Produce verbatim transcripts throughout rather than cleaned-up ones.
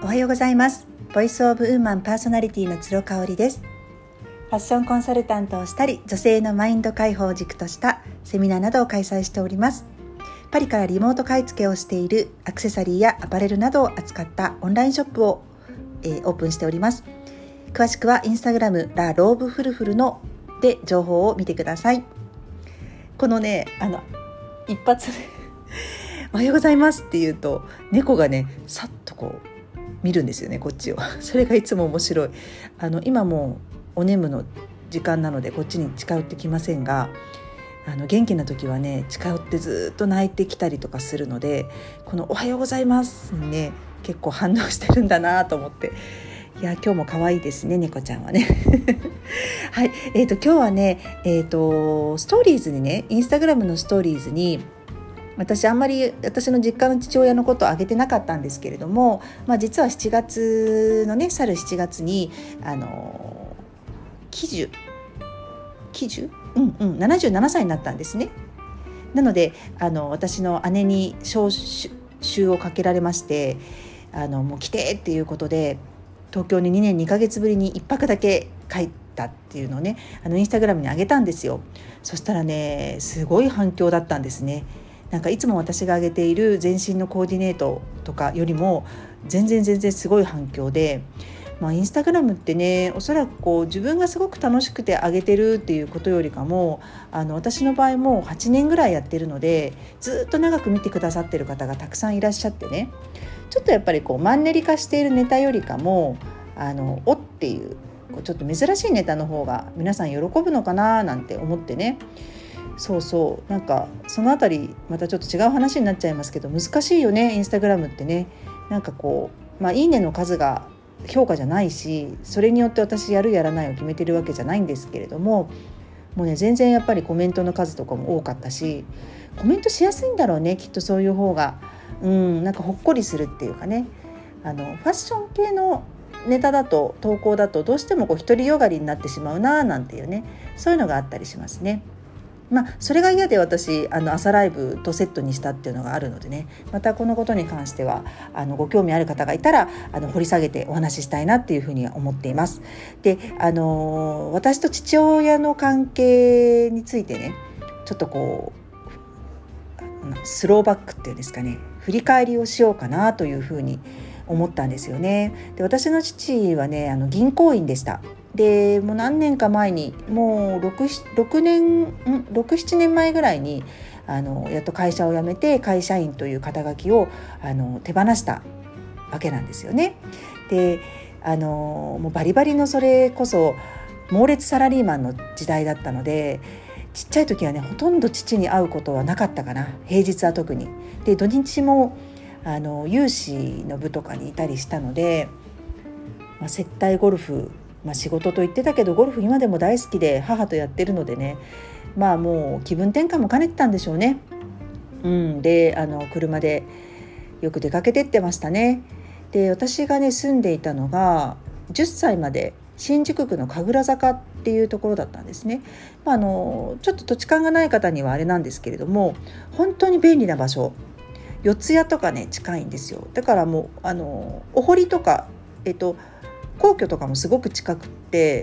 はようございます。ボイスオブウーマンパーソナリティの鶴香織です。ファッションコンサルタントをしたり、女性のマインド解放を軸としたセミナーなどを開催しております。パリからリモート買い付けをしているアクセサリーやアパレルなどを扱ったオンラインショップを、えー、オープンしております。詳しくはインスタグラムラローブフルフルので情報を見てください。このね、あの一発でおはようございますって言うと、猫がねさっとこう見るんですよね、こっちを。それがいつも面白い。あの今もお眠の時間なのでこっちに近寄ってきませんが、あの元気な時はね近寄ってずっと泣いてきたりとかするので、このおはようございますにね結構反応してるんだなと思って、いや今日も可愛いですね、猫ちゃんはねはい、えーと今日はね、えーとストーリーズにね、インスタグラムのストーリーズに、私あんまり私の実家の父親のことを挙げてなかったんですけれども、まあ、実はしちがつのね、去るしちがつにあの喜寿喜寿うんうんななじゅうななさいになったんですね。なのであの私の姉に招集をかけられまして、あのもう来てっていうことで東京ににねんにかげつぶりにいっぱくだけ帰ったっていうのをね、あのインスタグラムに上げたんですよ。そしたらねすごい反響だったんですね。なんかいつも私が上げている全身のコーディネートとかよりも全然全然すごい反響で、まあ、インスタグラムってね、おそらくこう自分がすごく楽しくて上げてるっていうことよりかも、あの私の場合もはちねんぐらいやってるので、ずっと長く見てくださってる方がたくさんいらっしゃってね、ちょっとやっぱりこうマンネリ化しているネタよりかも、あのおっていうこうちょっと珍しいネタの方が皆さん喜ぶのかななんて思ってね。そうそう、なんかそのあたりまたちょっと違う話になっちゃいますけど、難しいよねインスタグラムってね。なんかこう、まあいいねの数が評価じゃないし、それによって私やるやらないを決めてるわけじゃないんですけれども、もうね全然やっぱりコメントの数とかも多かったし、コメントしやすいんだろうね、きっとそういう方が。うんなんかほっこりするっていうかね、あのファッション系のネタだと、投稿だとどうしてもこう独りよがりになってしまうななんていうね、そういうのがあったりしますね。まあ、それが嫌で私あの朝ライブとセットにしたっていうのがあるのでね、またこのことに関してはあのご興味ある方がいたらあの掘り下げてお話ししたいなっていうふうに思っています。で、あの私と父親の関係についてね、ちょっとこうスローバックっていうんですかね、振り返りをしようかなというふうに思ったんですよね。で、私の父はねあの銀行員でした。でもう何年か前に、もう 6, 6年ろく、ななねんまえぐらいにあのやっと会社を辞めて会社員という肩書きをあの手放したわけなんですよね。であのもうバリバリの、それこそ猛烈サラリーマンの時代だったので、ちっちゃい時はねほとんど父に会うことはなかったかな、平日は特に。で土日もあの有志の部とかにいたりしたので、まあ、接待ゴルフ、まあ、仕事と言ってたけどゴルフ今でも大好きで母とやってるのでね、まあもう気分転換も兼ねてたんでしょうね。うん、であの車でよく出かけてってましたね。で私がね住んでいたのがじゅっさいまで新宿区の神楽坂っていうところだったんですね。まあ、あのちょっと土地勘がない方にはあれなんですけれども、本当に便利な場所、四谷とかね近いんですよ。だからもうあのお堀とか、えっと皇居とかもすごく近くって、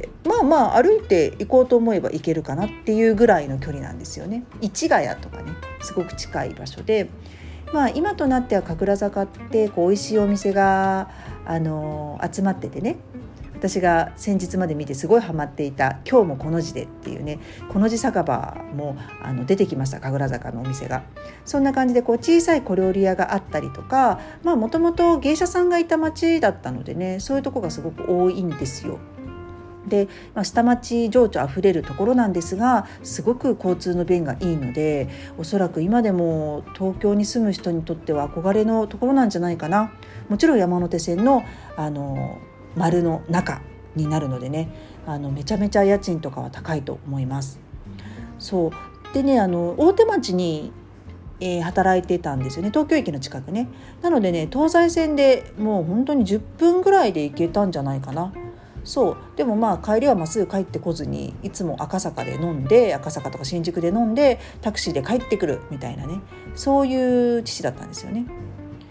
まあまあ歩いて行こうと思えば行けるかなっていうぐらいの距離なんですよね。市ヶ谷とかねすごく近い場所で、まあ今となっては神楽坂ってこう美味しいお店があの集まっててね、私が先日まで見てすごいハマっていた今日もこの字でっていうね、この字酒場もあの出てきました、神楽坂のお店が。そんな感じでこう小さい小料理屋があったりとか、まあもともと芸者さんがいた町だったのでね、そういうとこがすごく多いんですよ。で、まあ、下町情緒あふれるところなんですが、すごく交通の便がいいので、おそらく今でも東京に住む人にとっては憧れのところなんじゃないかな。もちろん山手線のあの丸の中になるのでね、あのめちゃめちゃ家賃とかは高いと思います。そうでね、あの大手町に、えー、働いてたんですよね、東京駅の近くね。なのでね、東西線でもう本当にじゅっぷんぐらいで行けたんじゃないかな。そうでもまあ帰りはまっすぐ帰ってこずに、いつも赤坂で飲んで、赤坂とか新宿で飲んでタクシーで帰ってくるみたいなね、そういう父だったんですよね。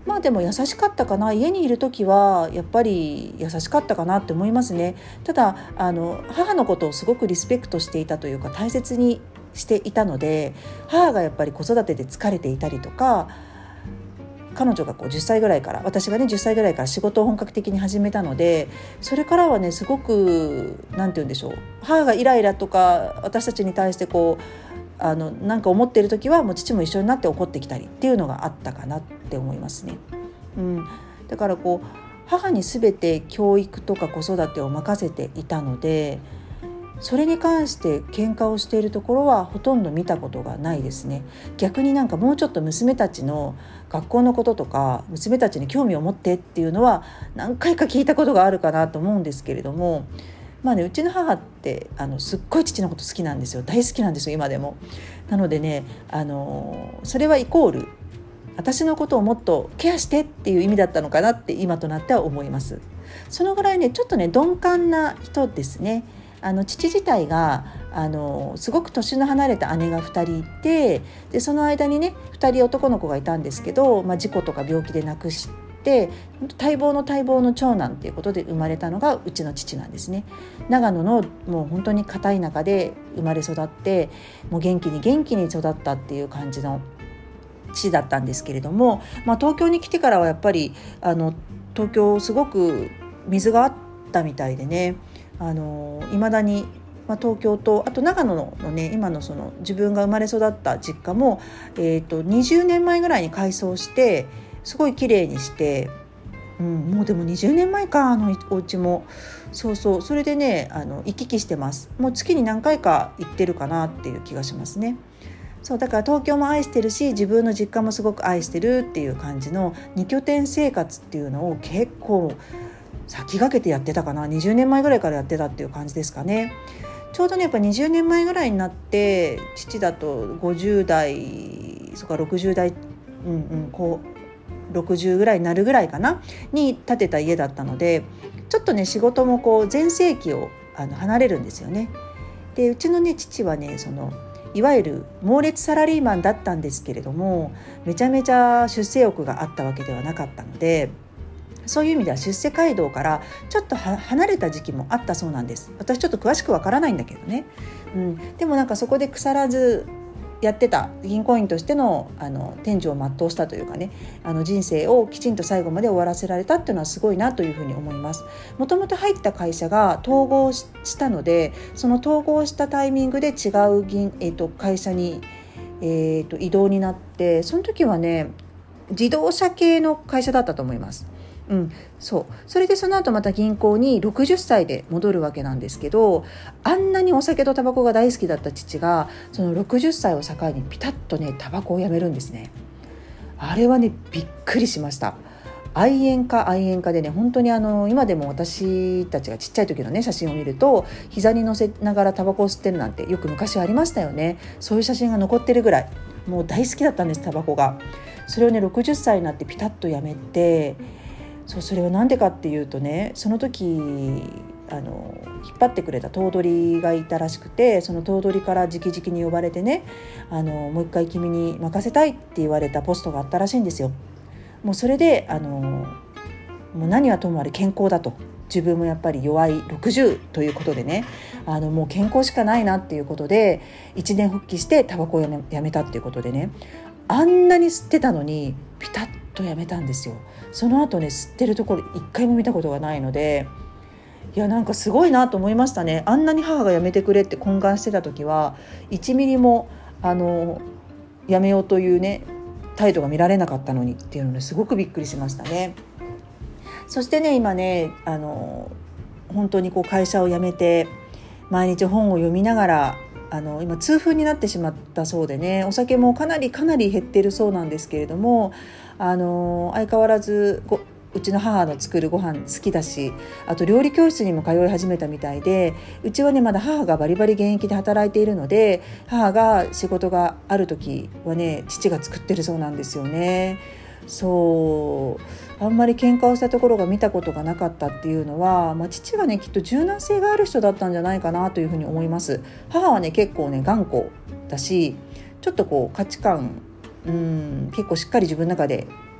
まあでも優しかったかな。家にいる時はやっぱり優しかったかなって思いますね。ただあの母のことをすごくリスペクトしていたというか大切にしていたので、母がやっぱり子育てで疲れていたりとか、彼女がこうじゅっさいぐらいから、私がねじゅっさいぐらいから仕事を本格的に始めたので、それからはねすごくなんて言うんでしょう、母がイライラとか私たちに対してこうあのなんか思っている時はもう父も一緒になって怒ってきたりっていうのがあったかなって思いますね。うん、だからこう母に全て教育とか子育てを任せていたので、それに関して喧嘩をしているところはほとんど見たことがないですね。逆になんかもうちょっと娘たちの学校のこととか娘たちに興味を持ってっていうのは何回か聞いたことがあるかなと思うんですけれども、まあね、うちの母ってあのすっごい父のこと好きなんですよ。大好きなんですよ今でも。なのでね、あのそれはイコール私のことをもっとケアしてっていう意味だったのかなって今となっては思います。そのぐらいねちょっとね鈍感な人ですね。あの父自体があのすごく年の離れた姉がふたりいて、でその間にねふたり男の子がいたんですけど、まあ、事故とか病気で亡くして待望の待望の長男ということで生まれたのがうちの父なんですね。長野のもう本当に固い中で生まれ育って、もう元気に元気に育ったっていう感じの父だったんですけれども、まあ、東京に来てからはやっぱりあの東京すごく水があったみたいでね、あの未だに、まあ、東京とあと長野のね今のその自分が生まれ育った実家も、えーと、にじゅうねんまえぐらいに改装してすごい綺麗にして、うん、もうでもにじゅうねんまえか、あのお家もそうそう、それでねあの行き来してます。もう月に何回か行ってるかなっていう気がしますね。そうだから東京も愛してるし自分の実家もすごく愛してるっていう感じのに拠点生活っていうのを結構先駆けてやってたかな。にじゅうねんまえぐらいからやってたっていう感じですかね。ちょうどねやっぱにじゅうねんまえぐらいになって父だとごじゅう代そかろくじゅう代、うんうん、こうろくじゅうぐらいになるぐらいかなに建てた家だったので、ちょっとね仕事もこう全盛期をあの離れるんですよね。でうちのね父はねそのいわゆる猛烈サラリーマンだったんですけれども、めちゃめちゃ出世欲があったわけではなかったので、そういう意味では出世街道からちょっと離れた時期もあったそうなんです。私ちょっと詳しくわからないんだけどね、うん、でもなんかそこで腐らずやってた銀行員としての、あの天寿を全うしたというかね、あの人生をきちんと最後まで終わらせられたっていうのはすごいなというふうに思います。もともと入った会社が統合したので、その統合したタイミングで違う銀、えー、と会社に、えー、と異動になって、その時はね自動車系の会社だったと思います。うん、そうそれでその後また銀行にろくじゅっさいで戻るわけなんですけど、あんなにお酒とタバコが大好きだった父がそのろくじゅっさいを境にピタッとねタバコをやめるんですね。あれはねびっくりしました。愛煙家愛煙家でね、本当にあの今でも私たちがちっちゃい時のね写真を見ると膝に乗せながらタバコを吸ってるなんてよく昔ありましたよね。そういう写真が残ってるぐらいもう大好きだったんです、タバコが。それをねろくじゅっさいになってピタッとやめて、そうそれはなんでかっていうとね、その時あの引っ張ってくれた頭取がいたらしくて、その頭取から直々に呼ばれてね、あのもう一回君に任せたいって言われたポストがあったらしいんですよ。もうそれであのもう何はともあれ健康だと、自分もやっぱり弱いろくじゅうということでね、あのもう健康しかないなっていうことで一年復帰してタバコをやめ、やめたっていうことでね、あんなに吸ってたのにピタッとやめたんですよ。その後ね吸ってるところ一回も見たことがないので、いやなんかすごいなと思いましたね。あんなに母がやめてくれって懇願してた時はいちミリもあのやめようというね態度が見られなかったのにっていうのですごくびっくりしましたね。そしてね今ねあの本当にこう会社を辞めて毎日本を読みながらあの今痛風になってしまったそうでね、お酒もかなりかなり減ってるそうなんですけれども、あの相変わらずごうちの母の作るご飯好きだし、あと料理教室にも通い始めたみたいで、うちはねまだ母がバリバリ現役で働いているので、母が仕事がある時はね父が作ってるそうなんですよね。そうあんまり喧嘩をしたところが見たことがなかったっていうのは、まあ、父がねきっと柔軟性がある人だったんじゃないかなというふうに思います。母はね結構ね頑固だし、ちょっとこう価値観うん結構しっかり自分の中で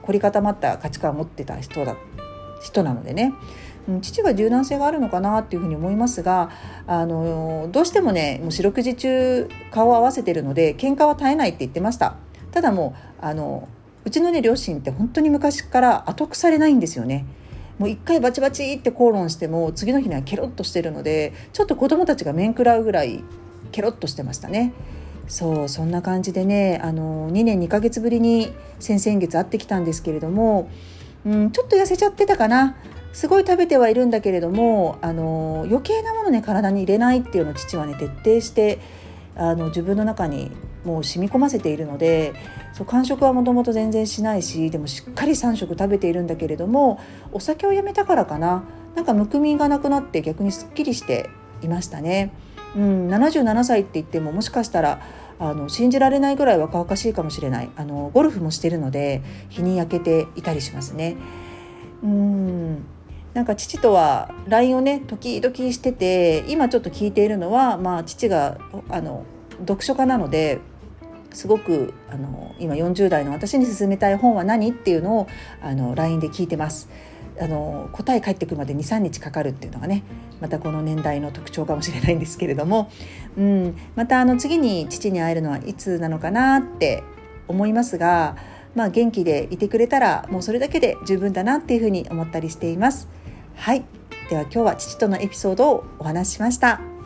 凝り固まった価値観を持ってた人だ人なのでね、父が柔軟性があるのかなっていうふうに思いますが、あのどうしてもねもう四六時中顔を合わせてるので喧嘩は絶えないって言ってました。ただもうあのうちのね両親って本当に昔から後腐れないんですよね。もう一回バチバチって口論しても次の日にはケロッとしてるので、ちょっと子供たちが面食らうぐらいケロッとしてましたね。そうそんな感じでね、あのにねんにかげつぶりに先々月会ってきたんですけれども、うん、ちょっと痩せちゃってたかな。すごい食べてはいるんだけれども、あの余計なものね体に入れないっていうのを父はね徹底してあの自分の中にもう染み込ませているので、そう間食はもともと全然しないし、でもしっかりさん食食べているんだけれども、お酒をやめたからかな、なんかむくみがなくなって逆にすっきりしていましたね。うん、ななじゅうななさいって言ってももしかしたらあの信じられないぐらい若々しいかもしれない。あのゴルフもしてるので日に焼けていたりしますね。うんなんか父とは ライン をね時々してて、今ちょっと聞いているのは、まあ、父があの読書家なのですごくあの今よんじゅう代の私に勧めたい本は何っていうのをあの ライン で聞いてます。あの答え返ってくるまで にさんにちかかるっていうのがねまたこの年代の特徴かもしれないんですけれども、うん、またあの次に父に会えるのはいつなのかなって思いますが、まあ、元気でいてくれたらもうそれだけで十分だなっていうふうに思ったりしています。はい、では今日は父とのエピソードをお話ししました。